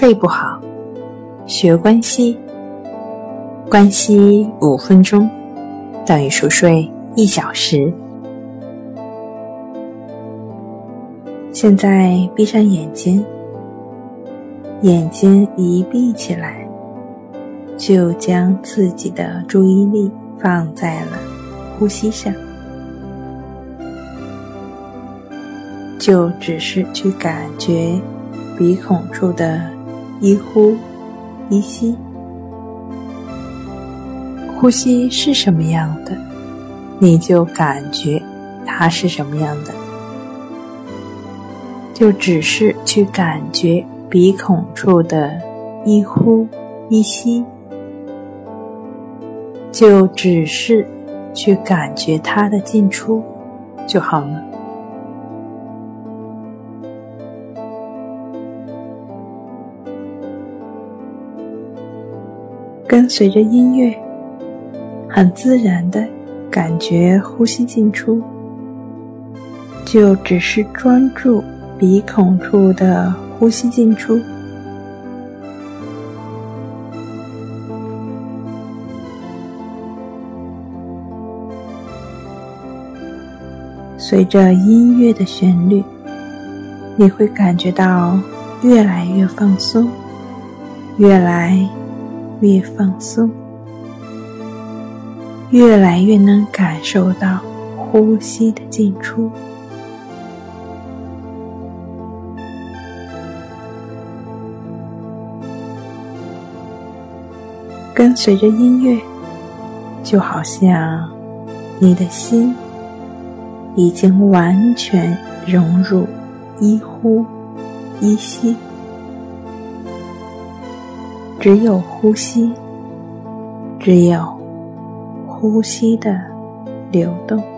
睡不好，学关息，关息5分钟等于熟睡1小时。现在闭上眼睛，眼睛一闭起来，就将自己的注意力放在了呼吸上，就只是去感觉鼻孔处的一呼一吸。呼吸是什么样的，你就感觉它是什么样的，就只是去感觉鼻孔处的一呼一吸，就只是去感觉它的进出就好了。跟随着音乐，很自然地感觉呼吸进出，就只是专注鼻孔处的呼吸进出。随着音乐的旋律，你会感觉到越来越放松，越来越放松，越来越能感受到呼吸的进出。跟随着音乐，就好像你的心已经完全融入一呼一吸，只有呼吸，只有呼吸的流动。